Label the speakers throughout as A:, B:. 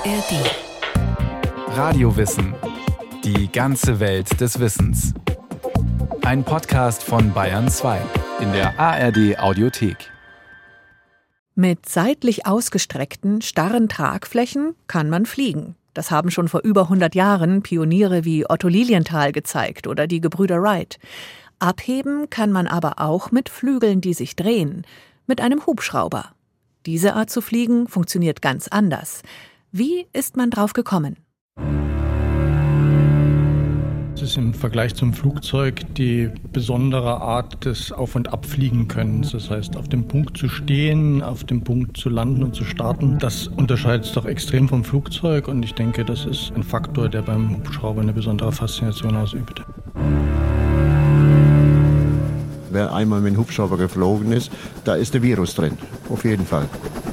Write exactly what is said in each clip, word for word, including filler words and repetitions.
A: R D.
B: Radiowissen. Die ganze Welt des Wissens. Ein Podcast von Bayern zwei in der A R D Audiothek.
A: Mit seitlich ausgestreckten, starren Tragflächen kann man fliegen. Das haben schon vor über hundert Jahren Pioniere wie Otto Lilienthal gezeigt oder die Gebrüder Wright. Abheben kann man aber auch mit Flügeln, die sich drehen, mit einem Hubschrauber. Diese Art zu fliegen funktioniert ganz anders. Wie ist man drauf gekommen?
C: Es ist im Vergleich zum Flugzeug die besondere Art des Auf- und Abfliegenkönnens. Das heißt, auf dem Punkt zu stehen, auf dem Punkt zu landen und zu starten, das unterscheidet es doch extrem vom Flugzeug. Und ich denke, das ist ein Faktor, der beim Hubschrauber eine besondere Faszination ausübt.
D: Wer einmal mit dem Hubschrauber geflogen ist, da ist der Virus drin, auf jeden Fall.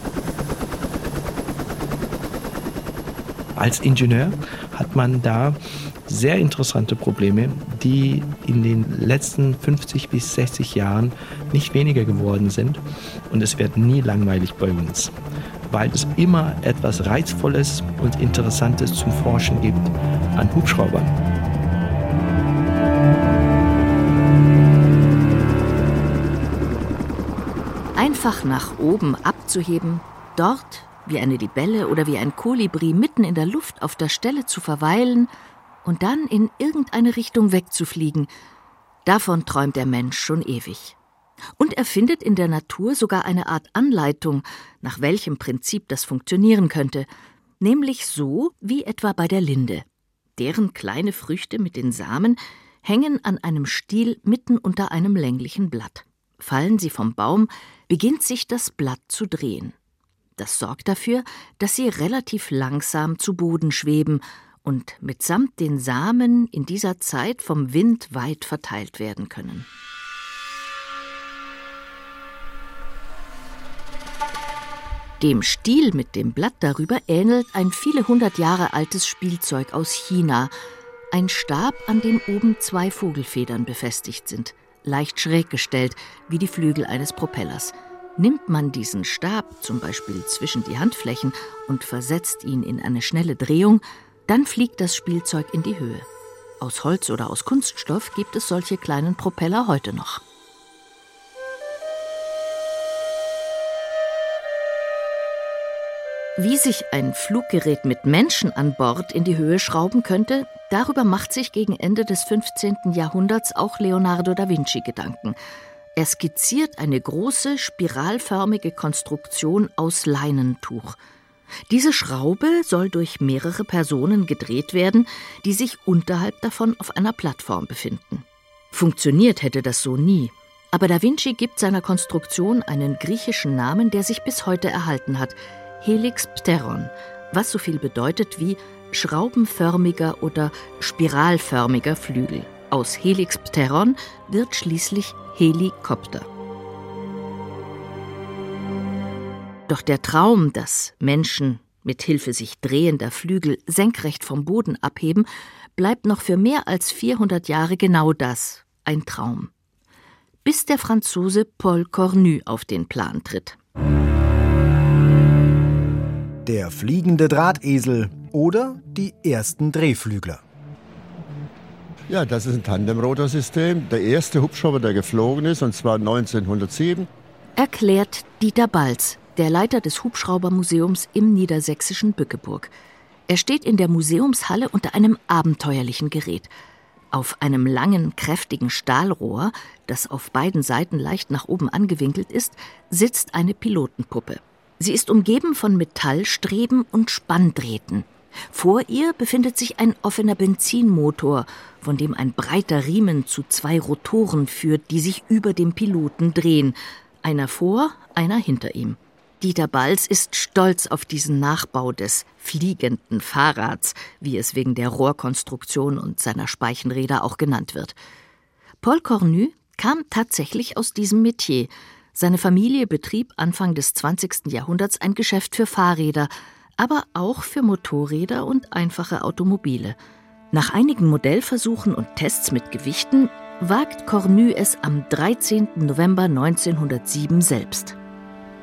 E: Als Ingenieur hat man da sehr interessante Probleme, die in den letzten fünfzig bis sechzig Jahren nicht weniger geworden sind. Und es wird nie langweilig bei uns, weil es immer etwas Reizvolles und Interessantes zum Forschen gibt an Hubschraubern.
F: Einfach nach oben abzuheben, dort wie eine Libelle oder wie ein Kolibri mitten in der Luft auf der Stelle zu verweilen und dann in irgendeine Richtung wegzufliegen, davon träumt der Mensch schon ewig. Und er findet in der Natur sogar eine Art Anleitung, nach welchem Prinzip das funktionieren könnte, nämlich so wie etwa bei der Linde. Deren kleine Früchte mit den Samen hängen an einem Stiel mitten unter einem länglichen Blatt. Fallen sie vom Baum, beginnt sich das Blatt zu drehen. Das sorgt dafür, dass sie relativ langsam zu Boden schweben und mitsamt den Samen in dieser Zeit vom Wind weit verteilt werden können. Dem Stiel mit dem Blatt darüber ähnelt ein viele hundert Jahre altes Spielzeug aus China, ein Stab, an dem oben zwei Vogelfedern befestigt sind, leicht schräg gestellt, wie die Flügel eines Propellers. Nimmt man diesen Stab zum Beispiel zwischen die Handflächen und versetzt ihn in eine schnelle Drehung, dann fliegt das Spielzeug in die Höhe. Aus Holz oder aus Kunststoff gibt es solche kleinen Propeller heute noch. Wie sich ein Fluggerät mit Menschen an Bord in die Höhe schrauben könnte, darüber macht sich gegen Ende des fünfzehnten Jahrhunderts auch Leonardo da Vinci Gedanken. Er skizziert eine große, spiralförmige Konstruktion aus Leinentuch. Diese Schraube soll durch mehrere Personen gedreht werden, die sich unterhalb davon auf einer Plattform befinden. Funktioniert hätte das so nie. Aber da Vinci gibt seiner Konstruktion einen griechischen Namen, der sich bis heute erhalten hat: Helix Pteron, was so viel bedeutet wie schraubenförmiger oder spiralförmiger Flügel. Aus Helix Pteron wird schließlich Helikopter. Doch der Traum, dass Menschen mit Hilfe sich drehender Flügel senkrecht vom Boden abheben, bleibt noch für mehr als vierhundert Jahre genau das, ein Traum. Bis der Franzose Paul Cornu auf den Plan tritt.
G: Der fliegende Drahtesel oder die ersten Drehflügler.
D: Ja, das ist ein Tandemrotorsystem. Der erste Hubschrauber, der geflogen ist, und zwar neunzehnhundertsieben.
F: Erklärt Dieter Balz, der Leiter des Hubschraubermuseums im niedersächsischen Bückeburg. Er steht in der Museumshalle unter einem abenteuerlichen Gerät. Auf einem langen, kräftigen Stahlrohr, das auf beiden Seiten leicht nach oben angewinkelt ist, sitzt eine Pilotenpuppe. Sie ist umgeben von Metallstreben und Spanndrähten. Vor ihr befindet sich ein offener Benzinmotor, von dem ein breiter Riemen zu zwei Rotoren führt, die sich über dem Piloten drehen. Einer vor, einer hinter ihm. Dieter Balz ist stolz auf diesen Nachbau des fliegenden Fahrrads, wie es wegen der Rohrkonstruktion und seiner Speichenräder auch genannt wird. Paul Cornu kam tatsächlich aus diesem Metier. Seine Familie betrieb Anfang des zwanzigsten Jahrhunderts ein Geschäft für Fahrräder, aber auch für Motorräder und einfache Automobile. Nach einigen Modellversuchen und Tests mit Gewichten wagt Cornu es am dreizehnten November neunzehnhundertsieben selbst.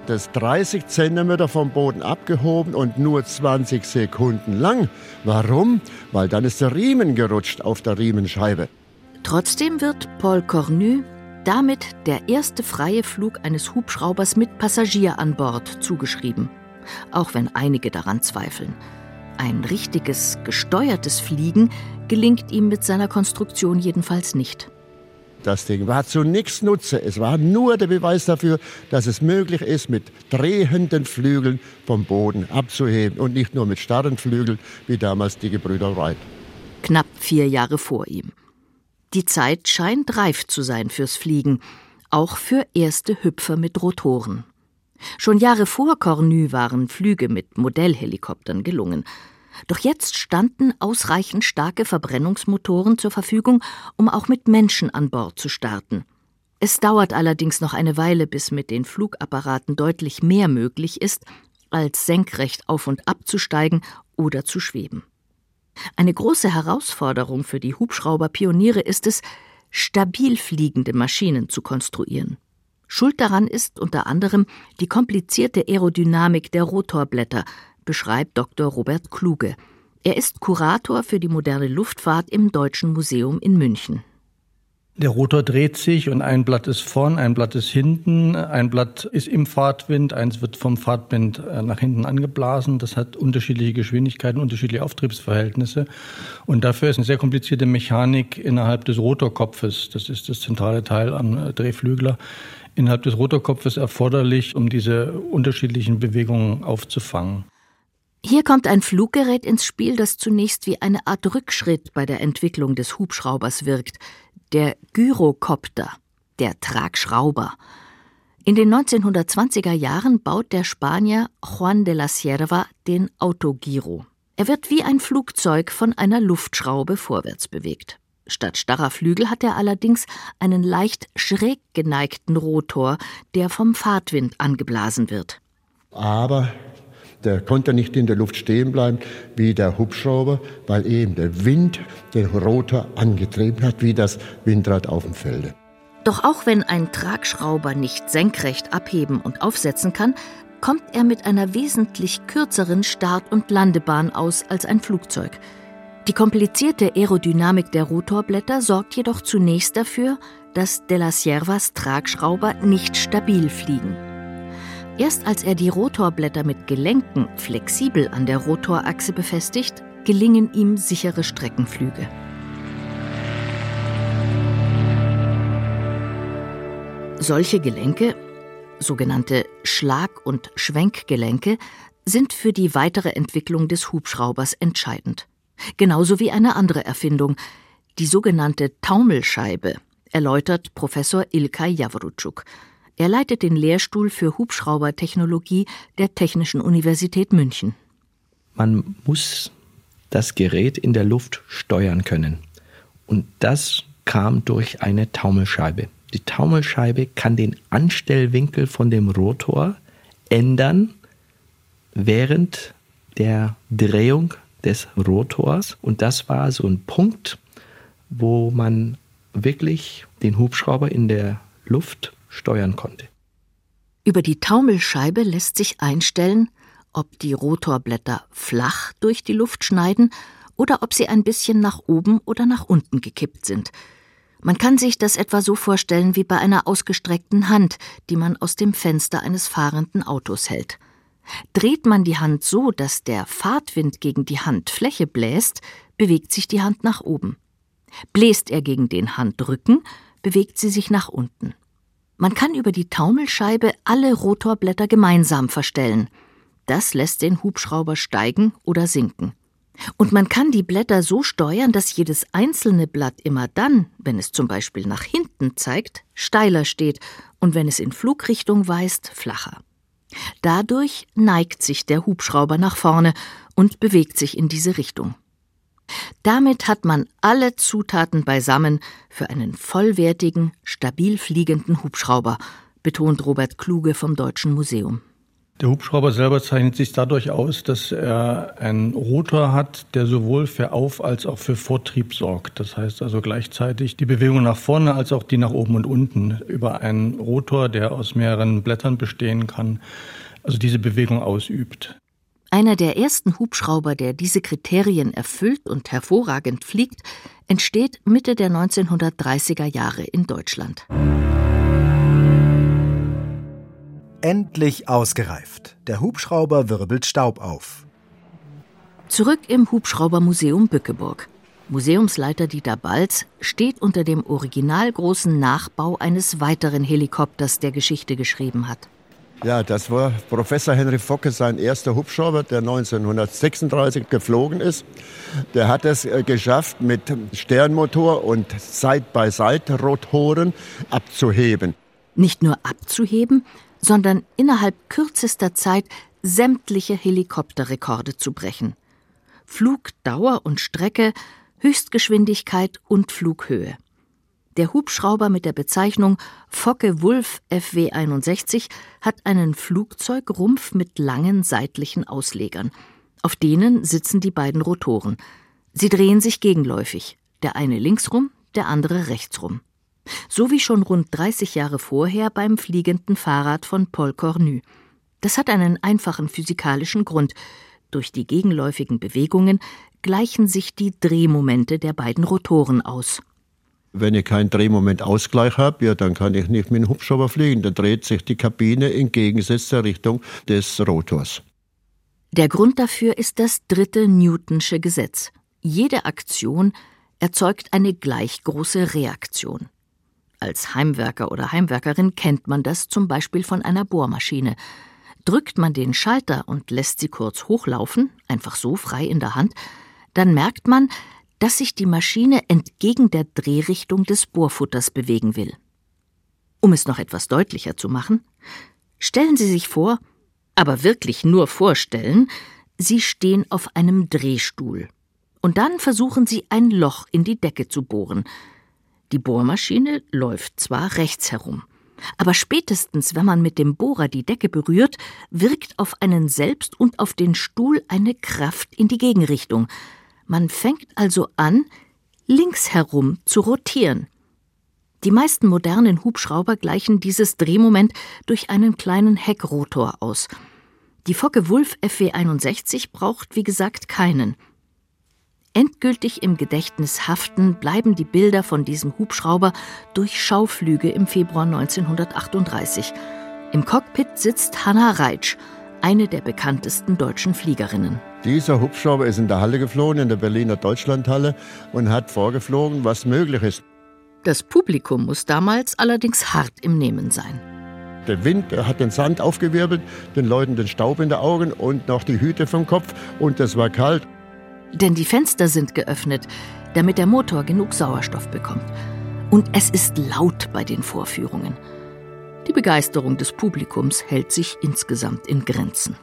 D: Das ist dreißig Zentimeter vom Boden abgehoben und nur zwanzig Sekunden lang. Warum? Weil dann ist der Riemen gerutscht auf der Riemenscheibe.
F: Trotzdem wird Paul Cornu damit der erste freie Flug eines Hubschraubers mit Passagier an Bord zugeschrieben. Auch wenn einige daran zweifeln. Ein richtiges, gesteuertes Fliegen gelingt ihm mit seiner Konstruktion jedenfalls nicht.
D: Das Ding war zu nichts Nutze. Es war nur der Beweis dafür, dass es möglich ist, mit drehenden Flügeln vom Boden abzuheben und nicht nur mit starren Flügeln, wie damals die Gebrüder Wright.
F: Knapp vier Jahre vor ihm. Die Zeit scheint reif zu sein fürs Fliegen, auch für erste Hüpfer mit Rotoren. Schon Jahre vor Cornu waren Flüge mit Modellhelikoptern gelungen. Doch jetzt standen ausreichend starke Verbrennungsmotoren zur Verfügung, um auch mit Menschen an Bord zu starten. Es dauert allerdings noch eine Weile, bis mit den Flugapparaten deutlich mehr möglich ist, als senkrecht auf- und abzusteigen oder zu schweben. Eine große Herausforderung für die Hubschrauberpioniere ist es, stabil fliegende Maschinen zu konstruieren. Schuld daran ist unter anderem die komplizierte Aerodynamik der Rotorblätter, beschreibt Doktor Robert Kluge. Er ist Kurator für die moderne Luftfahrt im Deutschen Museum in München.
C: Der Rotor dreht sich und ein Blatt ist vorn, ein Blatt ist hinten, ein Blatt ist im Fahrtwind, eins wird vom Fahrtwind nach hinten angeblasen. Das hat unterschiedliche Geschwindigkeiten, unterschiedliche Auftriebsverhältnisse. Und dafür ist eine sehr komplizierte Mechanik innerhalb des Rotorkopfes, das ist das zentrale Teil am Drehflügler, innerhalb des Rotorkopfes erforderlich, um diese unterschiedlichen Bewegungen aufzufangen.
F: Hier kommt ein Fluggerät ins Spiel, das zunächst wie eine Art Rückschritt bei der Entwicklung des Hubschraubers wirkt. Der Gyrocopter, der Tragschrauber. In den neunzehnhundertzwanziger Jahren baut der Spanier Juan de la Cierva den Autogyro. Er wird wie ein Flugzeug von einer Luftschraube vorwärts bewegt. Statt starrer Flügel hat er allerdings einen leicht schräg geneigten Rotor, der vom Fahrtwind angeblasen wird.
D: Aber der konnte nicht in der Luft stehen bleiben wie der Hubschrauber, weil eben der Wind den Rotor angetrieben hat, wie das Windrad auf dem Felde.
F: Doch auch wenn ein Tragschrauber nicht senkrecht abheben und aufsetzen kann, kommt er mit einer wesentlich kürzeren Start- und Landebahn aus als ein Flugzeug. Die komplizierte Aerodynamik der Rotorblätter sorgt jedoch zunächst dafür, dass de la Ciervas Tragschrauber nicht stabil fliegen. Erst als er die Rotorblätter mit Gelenken flexibel an der Rotorachse befestigt, gelingen ihm sichere Streckenflüge. Solche Gelenke, sogenannte Schlag- und Schwenkgelenke, sind für die weitere Entwicklung des Hubschraubers entscheidend. Genauso wie eine andere Erfindung, die sogenannte Taumelscheibe, erläutert Professor Ilkay Yavruchuk. Er leitet den Lehrstuhl für Hubschraubertechnologie der Technischen Universität München.
E: Man muss das Gerät in der Luft steuern können. Und das kam durch eine Taumelscheibe. Die Taumelscheibe kann den Anstellwinkel von dem Rotor ändern während der Drehung des Rotors. Und das war so ein Punkt, wo man wirklich den Hubschrauber in der Luft steuern konnte.
F: Über die Taumelscheibe lässt sich einstellen, ob die Rotorblätter flach durch die Luft schneiden oder ob sie ein bisschen nach oben oder nach unten gekippt sind. Man kann sich das etwa so vorstellen wie bei einer ausgestreckten Hand, die man aus dem Fenster eines fahrenden Autos hält. Dreht man die Hand so, dass der Fahrtwind gegen die Handfläche bläst, bewegt sich die Hand nach oben. Bläst er gegen den Handrücken, bewegt sie sich nach unten. Man kann über die Taumelscheibe alle Rotorblätter gemeinsam verstellen. Das lässt den Hubschrauber steigen oder sinken. Und man kann die Blätter so steuern, dass jedes einzelne Blatt immer dann, wenn es zum Beispiel nach hinten zeigt, steiler steht und wenn es in Flugrichtung weist, flacher. Dadurch neigt sich der Hubschrauber nach vorne und bewegt sich in diese Richtung. Damit hat man alle Zutaten beisammen für einen vollwertigen, stabil fliegenden Hubschrauber, betont Robert Kluge vom Deutschen Museum.
C: Der Hubschrauber selber zeichnet sich dadurch aus, dass er einen Rotor hat, der sowohl für Auf- als auch für Vortrieb sorgt. Das heißt also gleichzeitig die Bewegung nach vorne als auch die nach oben und unten über einen Rotor, der aus mehreren Blättern bestehen kann, also diese Bewegung ausübt.
F: Einer der ersten Hubschrauber, der diese Kriterien erfüllt und hervorragend fliegt, entsteht Mitte der neunzehnhundertdreißiger Jahre in Deutschland.
G: Endlich ausgereift. Der Hubschrauber wirbelt Staub auf.
F: Zurück im Hubschraubermuseum Bückeburg. Museumsleiter Dieter Balz steht unter dem originalgroßen Nachbau eines weiteren Helikopters, der Geschichte geschrieben hat.
D: Ja, das war Professor Henry Focke, sein erster Hubschrauber, der neunzehnhundertsechsunddreißig geflogen ist. Der hat es geschafft, mit Sternmotor und Side-by-Side-Rotoren abzuheben.
F: Nicht nur abzuheben, sondern innerhalb kürzester Zeit sämtliche Helikopterrekorde zu brechen. Flugdauer und Strecke, Höchstgeschwindigkeit und Flughöhe. Der Hubschrauber mit der Bezeichnung Focke-Wulf F W einundsechzig hat einen Flugzeugrumpf mit langen seitlichen Auslegern. Auf denen sitzen die beiden Rotoren. Sie drehen sich gegenläufig, der eine linksrum, der andere rechtsrum. So wie schon rund dreißig Jahre vorher beim fliegenden Fahrrad von Paul Cornu. Das hat einen einfachen physikalischen Grund. Durch die gegenläufigen Bewegungen gleichen sich die Drehmomente der beiden Rotoren aus.
D: Wenn ich keinen Drehmomentausgleich habe, ja, dann kann ich nicht mit dem Hubschrauber fliegen. Dann dreht sich die Kabine in gegengesetzter Richtung des Rotors.
F: Der Grund dafür ist das dritte Newtonsche Gesetz. Jede Aktion erzeugt eine gleich große Reaktion. Als Heimwerker oder Heimwerkerin kennt man das zum Beispiel von einer Bohrmaschine. Drückt man den Schalter und lässt sie kurz hochlaufen, einfach so frei in der Hand, dann merkt man, dass sich die Maschine entgegen der Drehrichtung des Bohrfutters bewegen will. Um es noch etwas deutlicher zu machen, stellen Sie sich vor, aber wirklich nur vorstellen, Sie stehen auf einem Drehstuhl. Und dann versuchen Sie, ein Loch in die Decke zu bohren. Die Bohrmaschine läuft zwar rechts herum, aber spätestens, wenn man mit dem Bohrer die Decke berührt, wirkt auf einen selbst und auf den Stuhl eine Kraft in die Gegenrichtung. Man fängt also an, links herum zu rotieren. Die meisten modernen Hubschrauber gleichen dieses Drehmoment durch einen kleinen Heckrotor aus. Die Focke-Wulf F W einundsechzig braucht, wie gesagt, keinen. Endgültig im Gedächtnis haften bleiben die Bilder von diesem Hubschrauber durch Schauflüge im Februar neunzehnhundertachtunddreißig. Im Cockpit sitzt Hanna Reitsch, eine der bekanntesten deutschen Fliegerinnen.
D: Dieser Hubschrauber ist in der Halle geflogen, in der Berliner Deutschlandhalle, und hat vorgeflogen, was möglich ist.
F: Das Publikum muss damals allerdings hart im Nehmen sein.
D: Der Wind hat den Sand aufgewirbelt, den Leuten den Staub in den Augen und noch die Hüte vom Kopf, und es war kalt.
F: Denn die Fenster sind geöffnet, damit der Motor genug Sauerstoff bekommt. Und es ist laut bei den Vorführungen. Die Begeisterung des Publikums hält sich insgesamt in Grenzen.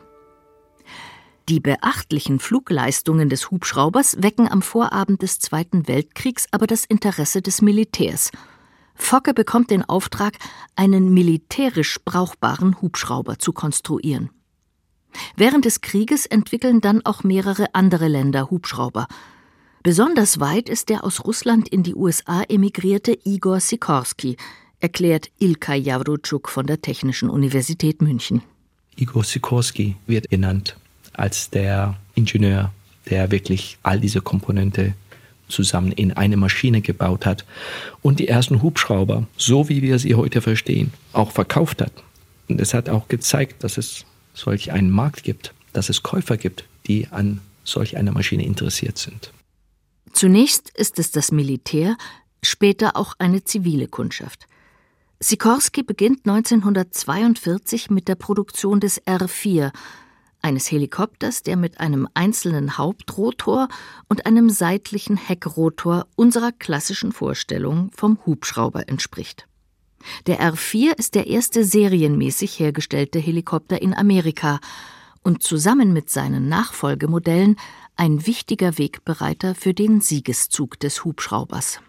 F: Die beachtlichen Flugleistungen des Hubschraubers wecken am Vorabend des Zweiten Weltkriegs aber das Interesse des Militärs. Focke bekommt den Auftrag, einen militärisch brauchbaren Hubschrauber zu konstruieren. Während des Krieges entwickeln dann auch mehrere andere Länder Hubschrauber. Besonders weit ist der aus Russland in die U S A emigrierte Igor Sikorsky, erklärt Ilka Jawrutschuk von der Technischen Universität München.
E: Igor Sikorsky wird genannt als der Ingenieur, der wirklich all diese Komponente zusammen in eine Maschine gebaut hat und die ersten Hubschrauber, so wie wir sie heute verstehen, auch verkauft hat. Und es hat auch gezeigt, dass es solch einen Markt gibt, dass es Käufer gibt, die an solch einer Maschine interessiert sind.
F: Zunächst ist es das Militär, später auch eine zivile Kundschaft. Sikorsky beginnt neunzehnhundertzweiundvierzig mit der Produktion des R vier, eines Helikopters, der mit einem einzelnen Hauptrotor und einem seitlichen Heckrotor unserer klassischen Vorstellung vom Hubschrauber entspricht. Der R vier ist der erste serienmäßig hergestellte Helikopter in Amerika und zusammen mit seinen Nachfolgemodellen ein wichtiger Wegbereiter für den Siegeszug des Hubschraubers.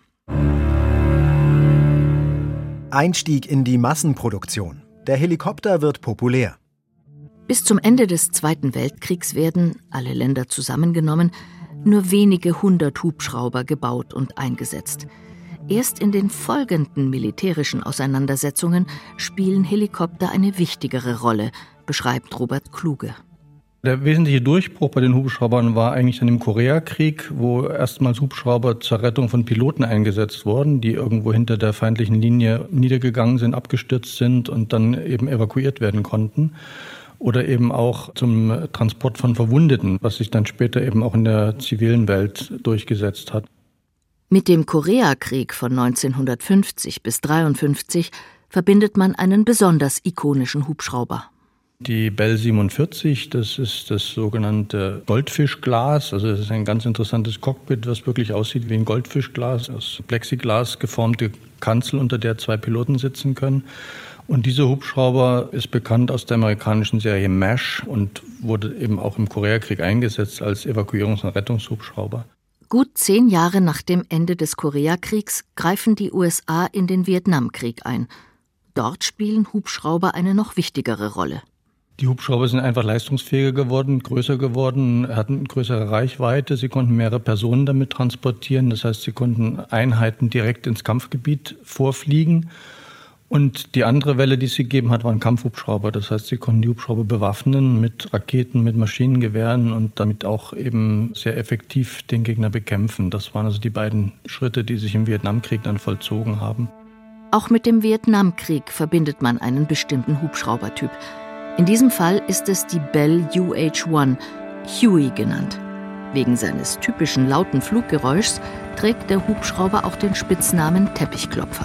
G: Einstieg in die Massenproduktion. Der Helikopter wird populär.
F: Bis zum Ende des Zweiten Weltkriegs werden, alle Länder zusammengenommen, nur wenige hundert Hubschrauber gebaut und eingesetzt. Erst in den folgenden militärischen Auseinandersetzungen spielen Helikopter eine wichtigere Rolle, beschreibt Robert Kluge.
C: Der wesentliche Durchbruch bei den Hubschraubern war eigentlich dann im Koreakrieg, wo erstmals Hubschrauber zur Rettung von Piloten eingesetzt wurden, die irgendwo hinter der feindlichen Linie niedergegangen sind, abgestürzt sind und dann eben evakuiert werden konnten. Oder eben auch zum Transport von Verwundeten, was sich dann später eben auch in der zivilen Welt durchgesetzt hat.
F: Mit dem Koreakrieg von neunzehnhundertfünfzig bis dreiundfünfzig verbindet man einen besonders ikonischen Hubschrauber.
C: Die Bell siebenundvierzig, das ist das sogenannte Goldfischglas. Also das ist ein ganz interessantes Cockpit, was wirklich aussieht wie ein Goldfischglas, aus Plexiglas geformte Kanzel, unter der zwei Piloten sitzen können. Und dieser Hubschrauber ist bekannt aus der amerikanischen Serie M A S H und wurde eben auch im Koreakrieg eingesetzt als Evakuierungs- und Rettungshubschrauber.
F: Gut zehn Jahre nach dem Ende des Koreakriegs greifen die U S A in den Vietnamkrieg ein. Dort spielen Hubschrauber eine noch wichtigere Rolle.
C: Die Hubschrauber sind einfach leistungsfähiger geworden, größer geworden, hatten größere Reichweite. Sie konnten mehrere Personen damit transportieren. Das heißt, sie konnten Einheiten direkt ins Kampfgebiet vorfliegen. Und die andere Welle, die es gegeben hat, waren Kampfhubschrauber. Das heißt, sie konnten die Hubschrauber bewaffnen mit Raketen, mit Maschinengewehren und damit auch eben sehr effektiv den Gegner bekämpfen. Das waren also die beiden Schritte, die sich im Vietnamkrieg dann vollzogen haben.
F: Auch mit dem Vietnamkrieg verbindet man einen bestimmten Hubschraubertyp. In diesem Fall ist es die Bell U H eins, Huey genannt. Wegen seines typischen lauten Fluggeräuschs trägt der Hubschrauber auch den Spitznamen Teppichklopfer.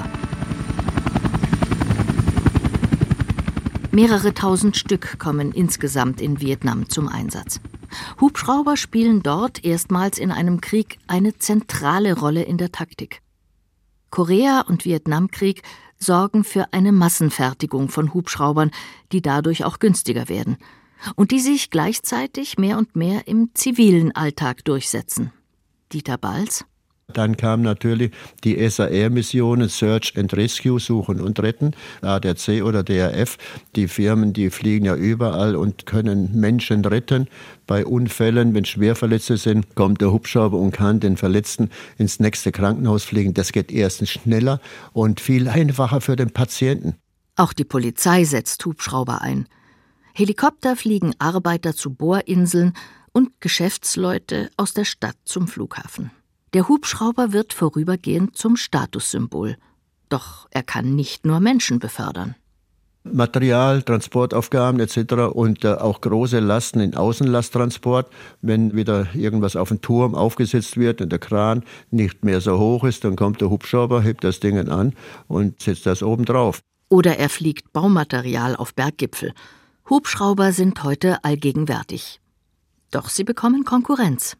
F: Mehrere tausend Stück kommen insgesamt in Vietnam zum Einsatz. Hubschrauber spielen dort erstmals in einem Krieg eine zentrale Rolle in der Taktik. Korea- und Vietnamkrieg sorgen für eine Massenfertigung von Hubschraubern, die dadurch auch günstiger werden und die sich gleichzeitig mehr und mehr im zivilen Alltag durchsetzen. Dieter Balz.
D: Dann kamen natürlich die S A R-Missionen, Search and Rescue, Suchen und Retten, A D A C oder D R F. Die Firmen, die fliegen ja überall und können Menschen retten. Bei Unfällen, wenn Schwerverletzte sind, kommt der Hubschrauber und kann den Verletzten ins nächste Krankenhaus fliegen. Das geht erstens schneller und viel einfacher für den Patienten.
F: Auch die Polizei setzt Hubschrauber ein. Helikopter fliegen Arbeiter zu Bohrinseln und Geschäftsleute aus der Stadt zum Flughafen. Der Hubschrauber wird vorübergehend zum Statussymbol. Doch er kann nicht nur Menschen befördern.
D: Material, Transportaufgaben et cetera und äh, auch große Lasten in Außenlasttransport. Wenn wieder irgendwas auf den Turm aufgesetzt wird und der Kran nicht mehr so hoch ist, dann kommt der Hubschrauber, hebt das Ding an und setzt das oben drauf.
F: Oder er fliegt Baumaterial auf Berggipfel. Hubschrauber sind heute allgegenwärtig. Doch sie bekommen Konkurrenz.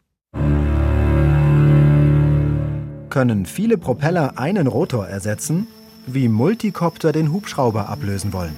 G: Können viele Propeller einen Rotor ersetzen? Wie Multicopter den Hubschrauber ablösen wollen.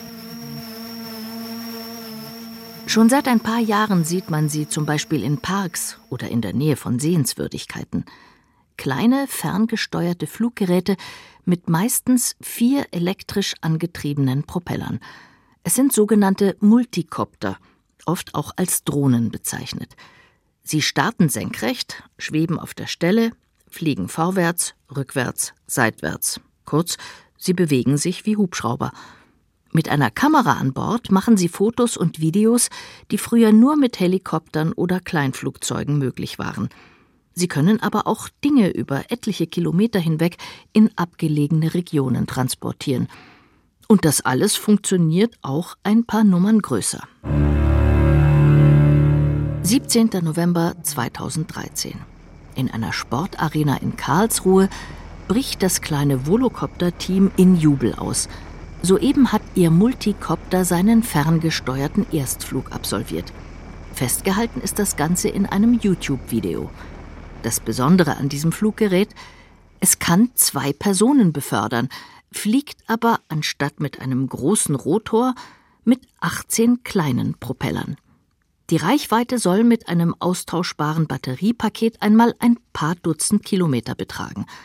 F: Schon seit ein paar Jahren sieht man sie zum Beispiel in Parks oder in der Nähe von Sehenswürdigkeiten. Kleine, ferngesteuerte Fluggeräte mit meistens vier elektrisch angetriebenen Propellern. Es sind sogenannte Multicopter, oft auch als Drohnen bezeichnet. Sie starten senkrecht, schweben auf der Stelle, fliegen vorwärts, rückwärts, seitwärts. Kurz, sie bewegen sich wie Hubschrauber. Mit einer Kamera an Bord machen sie Fotos und Videos, die früher nur mit Helikoptern oder Kleinflugzeugen möglich waren. Sie können aber auch Dinge über etliche Kilometer hinweg in abgelegene Regionen transportieren. Und das alles funktioniert auch ein paar Nummern größer. siebzehnter November zweitausenddreizehn. In einer Sportarena in Karlsruhe bricht das kleine Volocopter-Team in Jubel aus. Soeben hat ihr Multicopter seinen ferngesteuerten Erstflug absolviert. Festgehalten ist das Ganze in einem YouTube-Video. Das Besondere an diesem Fluggerät: Es kann zwei Personen befördern, fliegt aber anstatt mit einem großen Rotor mit achtzehn kleinen Propellern. Die Reichweite soll mit einem austauschbaren Batteriepaket einmal ein paar Dutzend Kilometer betragen.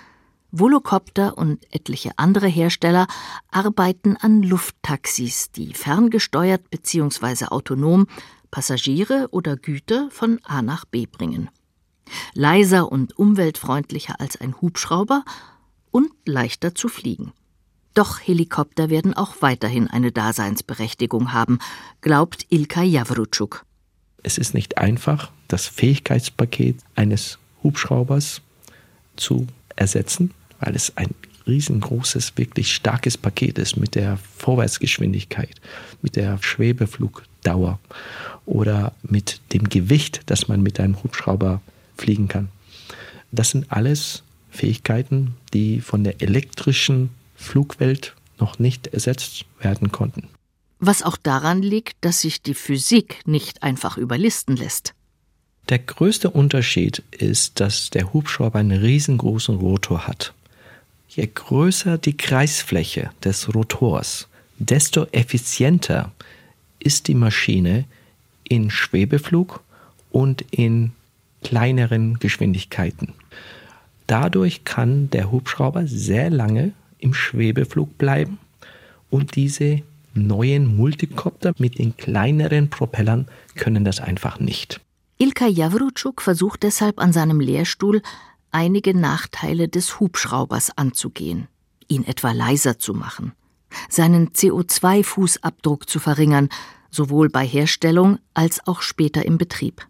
F: Volocopter und etliche andere Hersteller arbeiten an Lufttaxis, die ferngesteuert bzw. autonom Passagiere oder Güter von A nach B bringen. Leiser und umweltfreundlicher als ein Hubschrauber und leichter zu fliegen. Doch Helikopter werden auch weiterhin eine Daseinsberechtigung haben, glaubt Ilkay Yavruchuk.
E: Es ist nicht einfach, das Fähigkeitspaket eines Hubschraubers zu ersetzen, weil es ein riesengroßes, wirklich starkes Paket ist mit der Vorwärtsgeschwindigkeit, mit der Schwebeflugdauer oder mit dem Gewicht, das man mit einem Hubschrauber fliegen kann. Das sind alles Fähigkeiten, die von der elektrischen Flugwelt noch nicht ersetzt werden konnten.
F: Was auch daran liegt, dass sich die Physik nicht einfach überlisten lässt.
E: Der größte Unterschied ist, dass der Hubschrauber einen riesengroßen Rotor hat. Je größer die Kreisfläche des Rotors, desto effizienter ist die Maschine in Schwebeflug und in kleineren Geschwindigkeiten. Dadurch kann der Hubschrauber sehr lange im Schwebeflug bleiben und diese neuen Multicopter mit den kleineren Propellern können das einfach nicht.
F: Ilkay Yavruchuk versucht deshalb an seinem Lehrstuhl, einige Nachteile des Hubschraubers anzugehen, ihn etwa leiser zu machen, seinen C O zwei Fußabdruck zu verringern, sowohl bei Herstellung als auch später im Betrieb.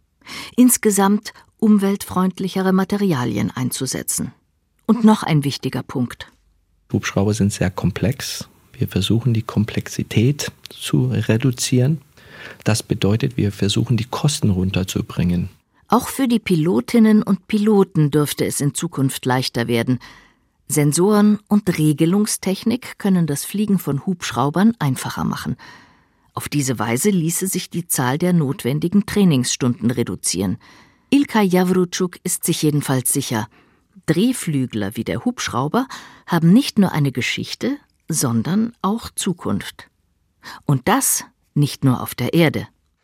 F: Insgesamt umweltfreundlichere Materialien einzusetzen. Und noch ein wichtiger Punkt.
E: Hubschrauber sind sehr komplex. Wir versuchen, die Komplexität zu reduzieren. Das bedeutet, wir versuchen, die Kosten runterzubringen.
F: Auch für die Pilotinnen und Piloten dürfte es in Zukunft leichter werden. Sensoren und Regelungstechnik können das Fliegen von Hubschraubern einfacher machen. Auf diese Weise ließe sich die Zahl der notwendigen Trainingsstunden reduzieren. Ilkay Yavruchuk ist sich jedenfalls sicher, Drehflügler wie der Hubschrauber haben nicht nur eine Geschichte, sondern auch Zukunft. Und das nicht nur auf der Erde.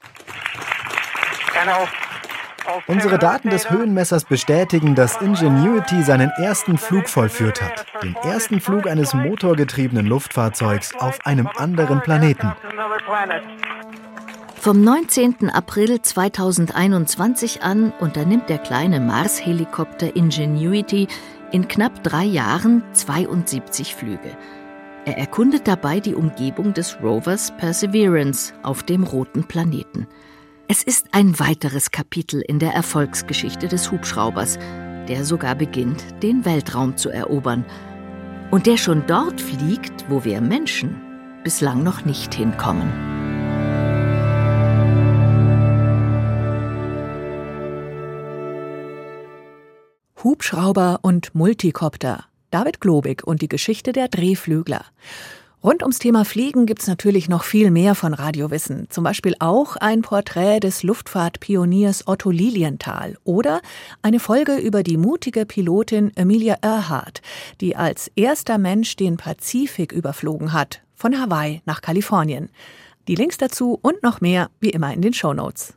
G: Unsere Daten des Höhenmessers bestätigen, dass Ingenuity seinen ersten Flug vollführt hat. Den ersten Flug eines motorgetriebenen Luftfahrzeugs auf einem anderen Planeten.
F: Vom neunzehnten April zweitausendeinundzwanzig an unternimmt der kleine Mars-Helikopter Ingenuity in knapp drei Jahren zweiundsiebzig Flüge. Er erkundet dabei die Umgebung des Rovers Perseverance auf dem roten Planeten. Es ist ein weiteres Kapitel in der Erfolgsgeschichte des Hubschraubers, der sogar beginnt, den Weltraum zu erobern. Und der schon dort fliegt, wo wir Menschen bislang noch nicht hinkommen.
A: Hubschrauber und Multicopter. David Globig und die Geschichte der Drehflügler. Rund ums Thema Fliegen gibt's natürlich noch viel mehr von Radiowissen. Zum Beispiel auch ein Porträt des Luftfahrtpioniers Otto Lilienthal oder eine Folge über die mutige Pilotin Amelia Earhart, die als erster Mensch den Pazifik überflogen hat, von Hawaii nach Kalifornien. Die Links dazu und noch mehr wie immer in den Shownotes.